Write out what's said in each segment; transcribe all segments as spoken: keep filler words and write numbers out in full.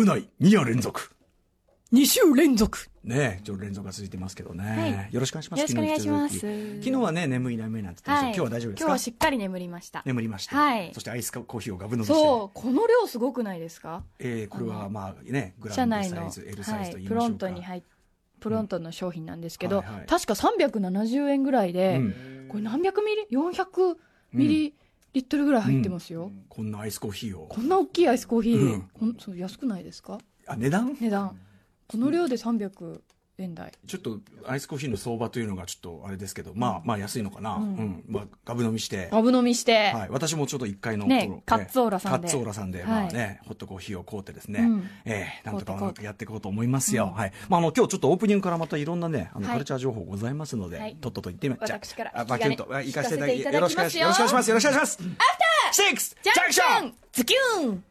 うないに夜連続に週連続ねえ、ちょっと連続が続いてますけどね、 はい、 よろしくお願いします。 よろしくお願いします。 昨日はね、眠い眠いなんて言ってました、はい、今日は大丈夫ですか？ 今日はしっかり眠りました。 眠りました、 はい、 そしてアイスコーヒーをガブ飲みして、 そう、この量すごくないですか？ えー、これはまあね、グラ社ンドサイズ、 内の L サイズと言いましょうか、はい、 プロントに入ってプロントの商品なんですけど、 うんはいはい、 確かさんびゃくななじゅうえんぐらいで、うん、これ何百ミリ ?よんひゃくミリリットルぐらい入ってますよ、うんうん、 こんなアイスコーヒーを、 こんな大きいアイスコーヒー、うん、こんそう安くないですか？ あ、値段値段この量でさんびゃくえん台。 ちょっとアイスコーヒーの相場というのがちょっとあれですけど、まあまあ安いのかな、うんうん、まあ、ガブ飲みしてガブ飲みして、 はい、私もちょっといっかいのね、カッツオーラさんでカッツオーラさんで、 はい、 まあね、ホットコーヒーを買うてですね、うん、えー、なんとかやっていこうと思いますよ、 うん、 はい。まあ、あの今日ちょっとオープニングからまたいろんなね、あのカルチャー情報ございますので、はい、とっとと言ってみましょう。 私からあ、バキュンと行かせていただきよろしくお願いしますよ。 ろしくお願いします。よろしくお願いします。アフターシックスジャンクションズキューン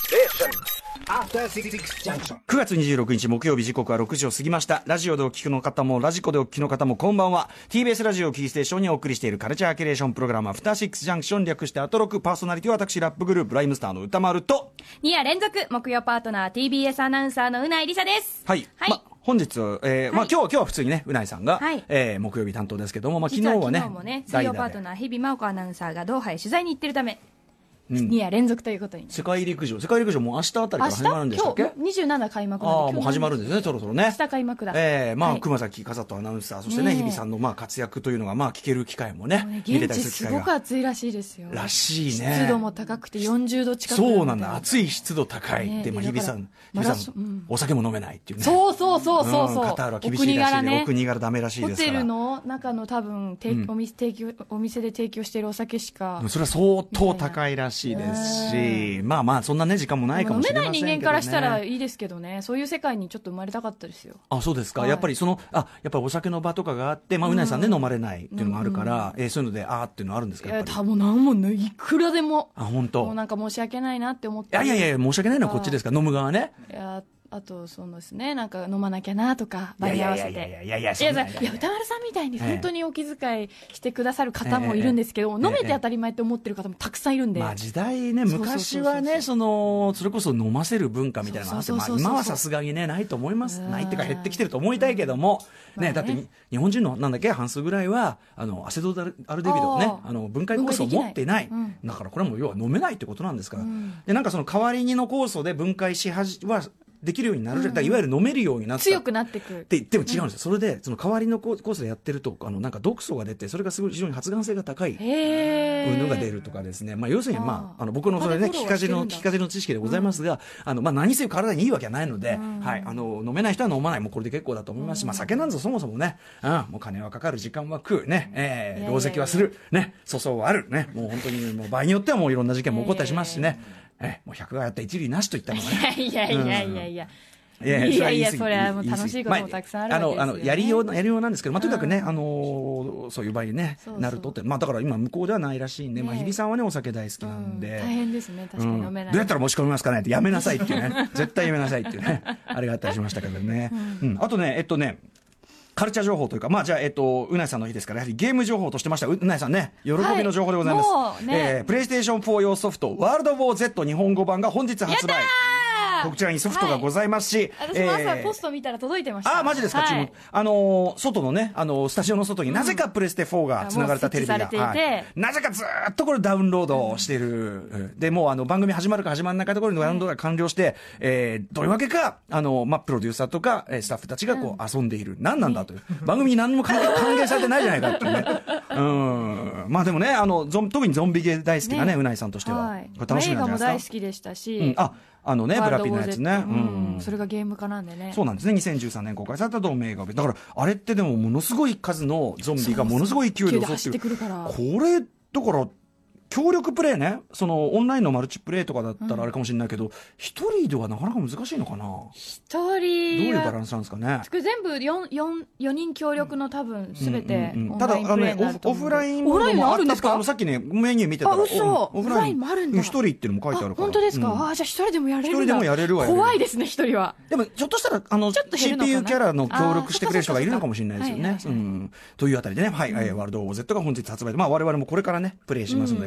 くがつにじゅうろくにち木曜日、時刻はろくじを過ぎました。ラジオでお聞きの方もラジコでお聞きの方もこんばんは。 ティービーエス ラジオキーステーションにお送りしているカルチャーキュレーションプログラム、アフターシックスジャンクション、略してアトロク。パーソナリティは私ラップグループライムスターの歌丸とに夜連続木曜パートナー ティービーエス アナウンサーのうないりさです。 はい、はい、ま本日、えーはい、まあ、今日は今日は普通にね、うないさんが、はい、えー、木曜日担当ですけども、まあ、昨日はね、 昨日もね、水曜パートナー日々真央子アナウンサーがドーハへ取材に行ってるため、うん、に夜連続ということに。 世界陸上世界陸上もう明日あたりから始まるんでしたっけ？ 明日今日にじゅうしち開幕なんで、 ああもう始まるんですね、そろそろね。 明日開幕だ。 えー、まあ、はい、熊崎和人アナウンサー、そしてね、 ね日比さんのまあ活躍というのがまあ聞ける機会もね、 ね、現地すごく暑いらしいですよ。 らしいね。 湿度も高くてよんじゅうど近くなんで。 そうなんだ、暑い湿度高い、ね、で、まあ、日比さん日比さん、うん、お酒も飲めないっていうね。 そうそうそうそうそう、 うん、カタールは厳しいらしいね。お国柄ダメらしいですから。 ホテルの中の多分、うん、お店提供お店で提供しているお酒しか、 それは相当高いらしいですし、まあまあそんなね時間もないかもしれませんけどね。 飲めない人間からしたらいいですけどね、そういう世界にちょっと生まれたかったですよ。 あ、そうですか、はい、やっぱりそのあやっぱりお酒の場とかがあって、まあ、うなぎさんね、飲まれないっていうのもあるから、うん、えー、そういうのであーっていうのあるんですか？やっぱり。 いや、多分何もね、いくらでも。 あ、本当。 もうなんか申し訳ないなって思って。 いやいやいや、申し訳ないのはこっちですから、飲む側ね。 いや、あとそうですね、なんか飲まなきゃなとか場に合わせて、いやいやいやいやいやいやいや歌丸さんみたいに本当にお気遣いしてくださる方もいるんですけど、ええ、飲めて当たり前って思ってる方もたくさんいるんで、 まあ、時代ね、昔はね、そのそれこそ飲ませる文化みたいなのがあって、まあ、今はさすがにねないと思います。ないっていうか減ってきてると思いたいけども、ね、だって日本人のなんだっけ半数ぐらいはあのアセトアルデヒドね、あの分解酵素を持っていない、うん、だからこれはもう要は飲めないってことなんですから、うん、でなんかその代わりにの酵素で分解しはじはできるようになる、うん、だいわゆる飲めるようになった強くなってくって言っても違うんですよ、うん、それでその代わりのコースでやってるとあのなんか毒素が出てそれがすごい非常に発がん性が高いのが出るとかですね、まあ、要するに、まあ、あの僕のそれね聞きかじの聞きかじの知識でございますが、うん、あのまあ、何せ体にいいわけはないので、うん、はい、あの飲めない人は飲まない、もうこれで結構だと思いますし、うん、まあ、酒なんぞそもそもね、うん、もう金はかかる、時間は食うね、えー、浪石はするね、粗相はあるね、もう本当にもう場合によってはもういろんな事件も起こったりしますしね、えー、もうひゃくがやった一理なしといったのがね、 いやいやいやいやいや、いやいやいや、それはもう楽しいこともたくさんあるわけですよね。まあ、あのやりようやりようなんですけど、まあ、とにかくね、あのそういう場合に、ね、そうそうなるとって、まあ、だから今向こうではないらしいんで、ね、まあ、日比さんはねお酒大好きなんで、 うん、大変ですね、確かに飲めない、うん、 どうやったら申し込みますかねってやめなさいっていうね絶対やめなさいっていうねあれがあったりしましたけどね、うんうん、あとねえっとねカルチャー情報というか、まあ、じゃあ、えっと、うなぎさんの日ですから、やはりゲーム情報としてました。うなぎさんね、喜びの情報でございます。はい、ね、えー、プレイステーションフォー用ソフト、ワールドウォー Z 日本語版が本日発売。こちらにソフトがございますし、 はい、私も朝ポスト見たら届いてました。 あ、マジですか、はい、あのー、外のね、あのー、スタジオの外になぜかプレステフォーがつながれたテレビが、 うん、はい、 なぜかずーっとこれダウンロードしてる、うん、でもうあの番組始まるか始まらないかところにダウンロードが完了して、うん、えー、どういうわけかあの、まあ、プロデューサーとかスタッフたちがこう遊んでいる、うん、何なんだという、番組に何も還元されてないじゃないかっていうねうん、まあでもね、あのゾン特にゾンビゲー大好きなね、うなぎさんとしては、はい、これ楽しみなんじゃないですか。映画も大好きでしたし、うん、 ああのね、ブラピのやつね、 うん、それがゲーム化なんでね。 そうなんですね。にせんじゅうさんねん公開された同名映画だから、あれってでもものすごい数のゾンビがものすごい勢いで走ってくるから、 これだから協力プレイね、そのオンラインのマルチプレイとかだったらあれかもしれないけど、一、うん、人ではなかなか難しいのかな。 一人どういうバランスなんですかね。 全部 4, 4, 4人協力の多分すべてオンラインプレイになると思う。 ただあの、ね、オフラインもあるんですか。あのさっきねメニュー見てたら、 あ、嘘、 オフラインもあるんだ。 一人っていうのも書いてあるから。 本当ですか。うん、あ、じゃあ一人でもやれるんだ。 一人でもやれるわ。 怖いですね、一人は。 でもひょっとしたらあの シーピーユー キャラの協力してくれる人がいるのかもしれないですよね。というあたりでね、はい、うん、ワールドウォー Z が本日発売で、まあ我々もこれからねプレイしますので、こ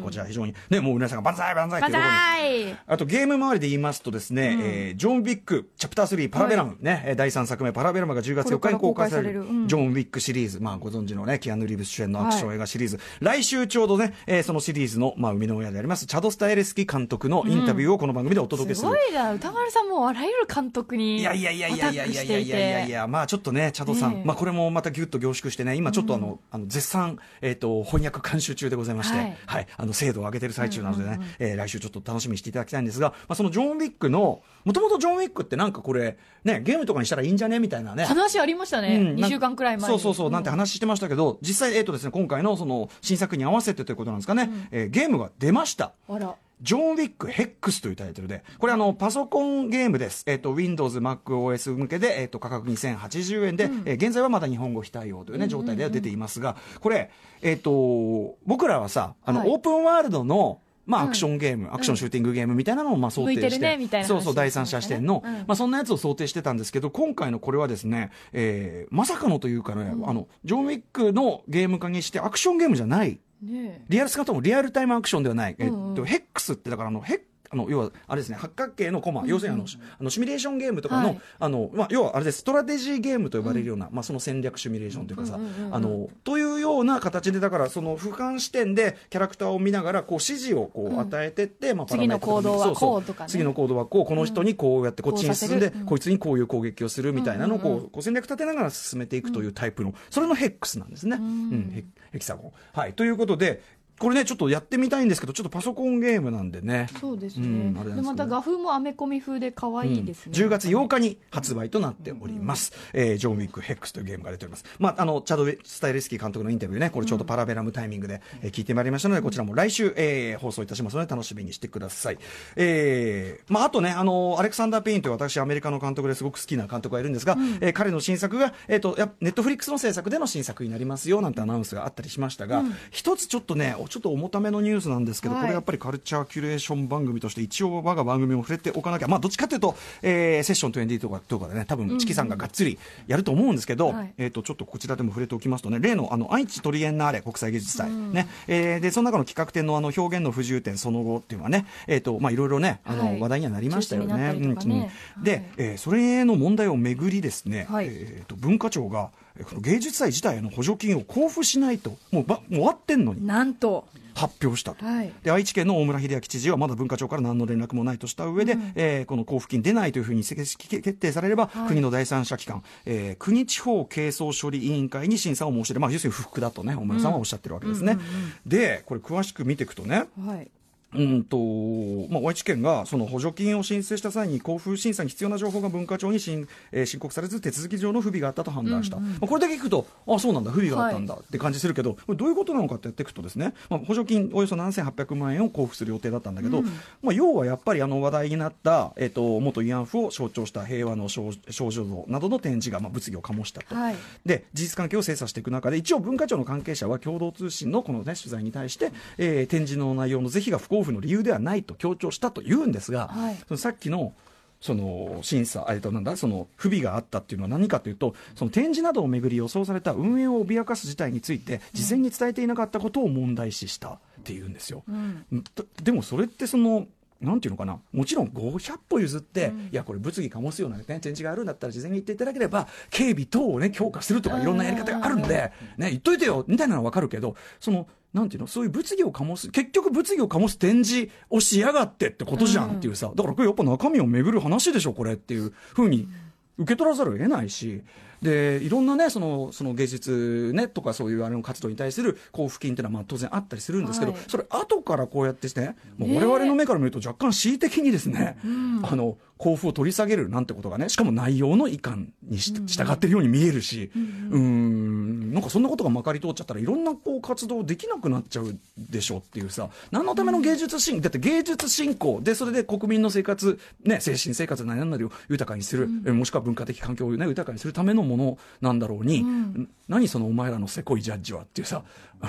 こちら非常にね、もう皆さんが万歳万歳っていうところに、あとゲーム周りで言いますとですね、うん、えー、ジョン・ウィックチャプタースリーパラベラム、はい、ね、だいさんさくめパラベラムがじゅうがつよっかに公開される、うん、ジョン・ウィックシリーズ、まあご存知のね、キアヌ・リーブス主演のアクション映画シリーズ、はい、来週ちょうどね、えー、そのシリーズの、まあ、生みの親でありますチャド・スタエレスキ監督のインタビューをこの番組でお届けする、 うん、すごいな、歌丸さんもあらゆる監督にいやいやいやいやいやいやいやいやいや、まあちょっとね、チャドさん、ね、まあこれもまたぎゅっと凝縮してね、今ちょっとあの、うん、あの絶賛、えー、と翻訳監修中でございまして、はい、はい、あの精度を上げている最中なのでね、うんうんうん、えー、来週ちょっと楽しみにしていただきたいんですが、まあ、そのジョン・ウィックのもともとジョン・ウィックってなんかこれね、ゲームとかにしたらいいんじゃねみたいなね話ありましたね、うん、にしゅうかんくらい前に、 そうそうそう、なんて話してましたけど、実際、えーとですね、今回のその新作に合わせてということなんですかね、うん、えー、ゲームが出ました。 あら、 ジョン・ウィックヘックスというタイトルで、これあのパソコンゲームです。えっ、ー、と Windows、MacOS 向けで、えっ、ー、と価格にせんはちじゅうえんで、うん、えー、現在はまだ日本語非対応というね、状態では出ていますが、これえっ、ー、と僕らはさ、あの、はい、オープンワールドのまあ、アクションゲーム、うん、アクションシューティングゲームみたいなのをまあ想定して、 ね、 そうそう、第三者視点の、うん、まあ、そんなやつを想定してたんですけど、今回のこれはですね、えー、まさかのというかね、うん、あのジョン・ウィックのゲーム化にしてアクションゲームじゃない、ね、リアルスカートもリアルタイムアクションではない、うんうん、えっと、ヘックスってだからあのヘッあの要はあれですね、八角形のコマ、うんうん、要するにあのあのシミュレーションゲームとかの、はい、あのまあ、要はあれです、ストラテジーゲームと呼ばれるような、うん、まあ、その戦略シミュレーションというかさ、うんうんうんうん、あのというような形で、だからその俯瞰視点でキャラクターを見ながらこう指示をこう与えてって、うん、まあ、 次の行動はこうとかね、 次の行動はこう、この人にこうやってこっちに進んで、 うん、 こいつにこういう攻撃をするみたいなのをこう、うんうんうん、こう戦略立てながら進めていくというタイプの、それのヘックスなんですね、うんうん、ヘ, ヘキサゴン、はい、ということでこれねちょっとやってみたいんですけど、ちょっとパソコンゲームなんでね。 そうですね、うん、でまた画風もアメコミ風で可愛いですね、うん、 じゅうがつようかに発売となっております、うんうん、えー、ジョン・ウィックヘックスというゲームが出ております。まあ、あのチャド・スタイレスキー監督のインタビューね、これちょうどパラベラムタイミングで、うん、えー、聞いてまいりましたので、こちらも来週、えー、放送いたしますので楽しみにしてください。えーまあ、あとね、あのアレクサンダー・ペインという私アメリカの監督ですごく好きな監督がいるんですが、うん、えー、彼の新作が、えー、とやネットフリックスの制作での新作になりますよなんてアナウンスがあったりしましたが、うん、一つちょっとねちょっと重ためのニュースなんですけど、はい、これやっぱりカルチャーキュレーション番組として一応我が番組も触れておかなきゃ、まあ、どっちかというと、えー、セッションにじゅうとかとかでね、多分チキさんががっつりやると思うんですけど、うんうん、えー、とちょっとこちらでも触れておきますとね、例のあの愛知トリエンナーレ国際芸術祭、うん、ね、えー、でその中の企画展のあの表現の不自由展その後っていうのはね、えーとまあ、いろいろねあの、はい、話題にはなりましたよね。うんうん、で、はい、えー、それの問題をめぐりですね、はい、えー、と文化庁がこの芸術祭自体への補助金を交付しないと、もうばもう終わってんのになんと発表したと、 はい、 で愛知県の大村秀明知事はまだ文化庁から何の連絡もないとした上で、うん、えー、この交付金出ないというふうに正式決定されれば、はい、国の第三者機関、えー、国地方係争処理委員会に審査を申し出る、まあ、要するに不服だとね大村さんはおっしゃってるわけですね、うんうんうんうん、でこれ詳しく見ていくとね、はい、うんとまあ、愛知県がその補助金を申請した際に交付審査に必要な情報が文化庁に申、えー、申告されず手続き上の不備があったと判断した、うんうん、まあ、これだけ聞くとあそうなんだ不備があったんだって感じするけど、はい、これどういうことなのかってやっていくとですね、まあ、補助金およそななせんはっぴゃくまんえんを交付する予定だったんだけど、うん、まあ、要はやっぱりあの話題になった、えー、と元慰安婦を象徴した平和の少女像などの展示が、まあ、物議を醸したと、はい、で事実関係を精査していく中で一応文化庁の関係者は共同通信のこの、ね、取材に対して、えー、展示の内容の是非が不交付の理由ではないと強調したというんですが、はい、そのさっきのその審査、えっとなんだその不備があったっていうのは何かというと、その展示などをめぐり予想された運営を脅かす事態について事前に伝えていなかったことを問題視したっていうんですよ、うん、でもそれってそのなんていうのかな、もちろんごひゃく歩譲って、うん、いやこれ物議醸すような、ね、展示があるんだったら事前に言っていただければ警備等を、ね、強化するとかいろんなやり方があるんで、ね、言っといてよみたいなのは分かるけど、そのなんていうの、そういう物議を醸す、結局物議を醸す展示をしやがってってことじゃんっていうさ、だからこれやっぱ中身をめぐる話でしょこれっていうふうに受け取らざるを得ないし、でいろんなねそのその芸術ねとかそういうあれの活動に対する交付金っていうのはまあ当然あったりするんですけど、はい、それ後からこうやってね、もう我々の目から見ると若干恣意的にですね、えー、あの交付を取り下げるなんてことがね、しかも内容の遺憾にし、うん、従ってるように見えるし、うん、うーんなんかそんなことがまかり通っちゃったらいろんなこう活動できなくなっちゃうでしょっていうさ、何のための芸術振興、だって芸術振興でそれで国民の生活ね、精神生活なりなんなりを豊かにする、うん、もしくは文化的環境を、ね、豊かにするためのものなんだろうに、うん、何そのお前らのせこいジャッジはっていうさ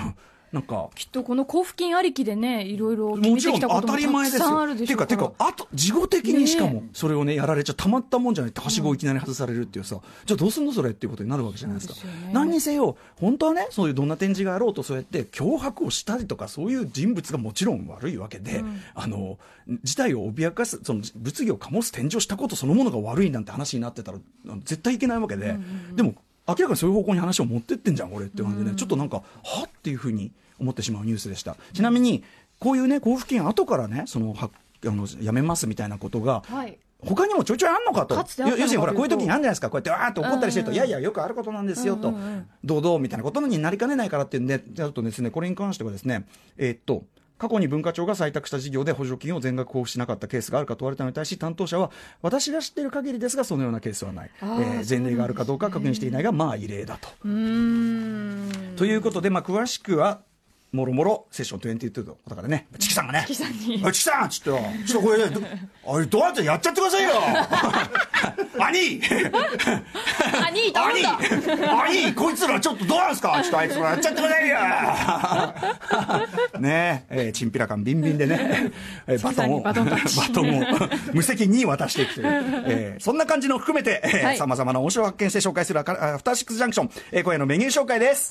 なんかきっとこの交付金ありきでね、いろいろ決めてきたこともたくさんあるでしょうから。 てか、てか、あと、事後的にしかも、それをね、やられちゃたまったもんじゃないって、はしごをいきなり外されるっていうさ、うん、じゃあどうすんのそれっていうことになるわけじゃないですか。ですよね、何にせよ、本当はね、そういうどんな展示があろうと、そうやって脅迫をしたりとか、そういう人物がもちろん悪いわけで、うん、あの、事態を脅かす、その物議を醸す展示をしたことそのものが悪いなんて話になってたら、絶対いけないわけで、うんうんうん、でも、明らかにそういう方向に話を持ってってんじゃん、俺って感じでね、うん、ちょっとなんか、はっていうふうに思ってしまうニュースでした。ちなみに、こういうね、交付金後からね、その、はあのやめますみたいなことが、はい、他にもちょいちょいあんのかと。 かつてあ要するにほら、こういう時にあるんじゃないですか。こうやってわーって怒ったりしてると、いやいや、よくあることなんですよと、うんうんうん、堂々みたいなことになりかねないからっていうんで、ちょっとですね、これに関してはですね、えー、っと、過去に文化庁が採択した事業で補助金を全額交付しなかったケースがあるか問われたのに対し、担当者は、私が知っている限りですが、そのようなケースはない。えー、前例があるかどうか確認していないが、まあ異例だと。うーんということで、まあ、詳しくは、もろもろセッションにじゅうにの方からね、チキさんがね、 チキさんに、 チキさんちょっと、ちょっとこれ、あれどうやってやっちゃってくださいよ兄兄頼んだ兄兄こいつらちょっとどうなんすかちょっとあいつらやっちゃってくださいよねえ、えー、チンピラ感ビンビンでね、えー、バトンを、バトンを無責任に渡していくという、えー、そんな感じの含めて、えーはい、様々な面白発見して紹介するアフターシックスジャンクション、えー、今夜のメニュー紹介です。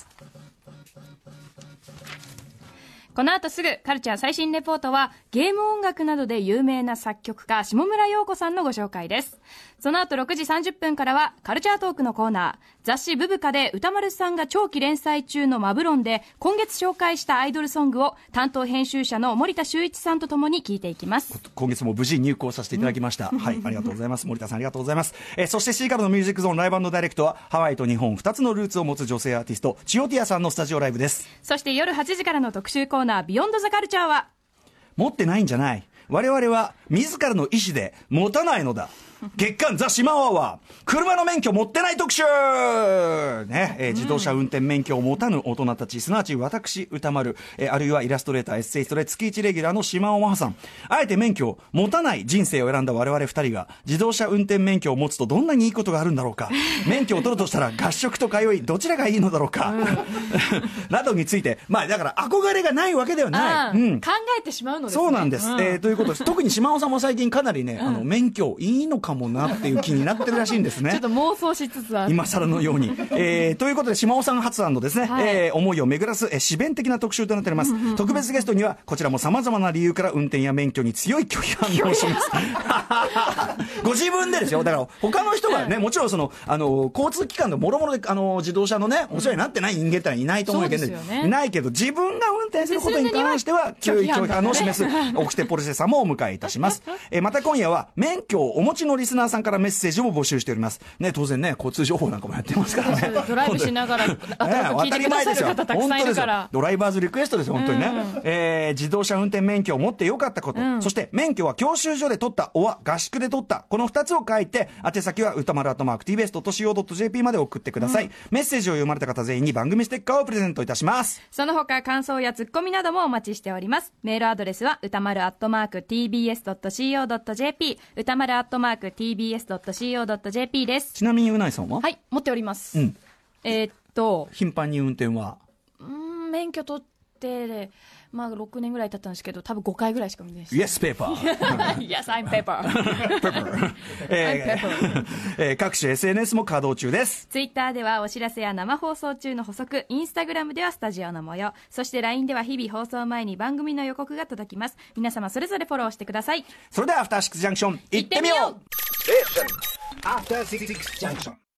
この後すぐカルチャー最新レポートはゲーム音楽などで有名な作曲家下村陽子さんのご紹介です。その後ろくじさんじゅっぷんからはカルチャートークのコーナー、雑誌ブブカで歌丸さんが長期連載中のマブロンで今月紹介したアイドルソングを担当編集者の森田修一さんとともに聞いていきます。 今月も無事入稿させていただきました、うん、はいありがとうございます。森田さんありがとうございます。えー、そしてしちじからのミュージックゾーンライブダイレクトはハワイと日本ふたつのルーツを持つ女性アーティストチオティアさんのスタジオライブです。 そして夜はちじからの特集コーナービヨンドザカルチャーは持ってないんじゃない、我々は自らの意思で持たないのだ。月刊ザ・シマワは車の免許持ってない特集、ねえー、自動車運転免許を持たぬ大人たち、すなわち私歌丸、えー、あるいはイラストレーターエッセイストで月いちレギュラーの島尾真帆さん、あえて免許を持たない人生を選んだ我々二人が自動車運転免許を持つとどんなにいいことがあるんだろうか、免許を取るとしたら合宿と通いどちらがいいのだろうか、うん、などについて、まあだから憧れがないわけではない、 うん、考えてしまうのですね。 そうなんです、うん、えー、ということです。特に島尾さんも最近かなりね、うん、あの免許いいのかもなっていう気になってるらしいんですね。 ちょっと妄想しつつある今更のように、えー、ということで島尾さん発案のですね、はい、えー、思いを巡らす、えー、詩弁的な特集となっております。特別ゲストにはこちらもさまざまな理由から運転や免許に強い拒否反応を示すご自分でですよ。だから他の人がね、もちろんそのあの交通機関のもろもろであの自動車のねお世話になってない人間ってのはいないと思うけど、ね、いないけど自分が運転することに関しては強い拒否反応を示すオクテポルシェさんもお迎えいたします。えー、また今夜は免許をお持ちのリスナーさんからメッセージを募集しております。ね、当然ね、交通情報なんかもやってますからね。 ドライブしながら、あと聞いてくださる方たくさんいるから。 ドライバーズリクエストですよ、本当にね。うん、えー、自動車運転免許を持ってよかったこと、うん、そして免許は教習所で取った、おは合宿で取った、このふたつを書いて、宛先は歌丸アットマーク ティービーエスドットシーオードットジェーピー まで送ってください。うん、メッセージを読まれた方全員に番組ステッカーをプレゼントいたします。 その他、感想やツッコミなどもお待ちしております。メールアドレスは歌丸アットマーク ティービーエスドットシーオードットジェーピー、歌丸アットマーク ティービーエスドットシーオードットジェーピー です。 ちなみにうないさんは？ はい、持っております。 うん、 えー、っと頻繁に運転は？ うーん、免許取ってまあろくねんぐらい経ったんですけど、多分ごかいぐらいしか見ないです。 Yes paper Yes I'm paper Pepper えーえー、各種 エスエヌエス も稼働中です。 ツイッターではお知らせや生放送中の補足、インスタグラムではスタジオの模様、そして ライン では日々放送前に番組の予告が届きます。皆様それぞれフォローしてください。 それではアフターシックスジャンクション行ってみよう。 アフターシックスジャンクション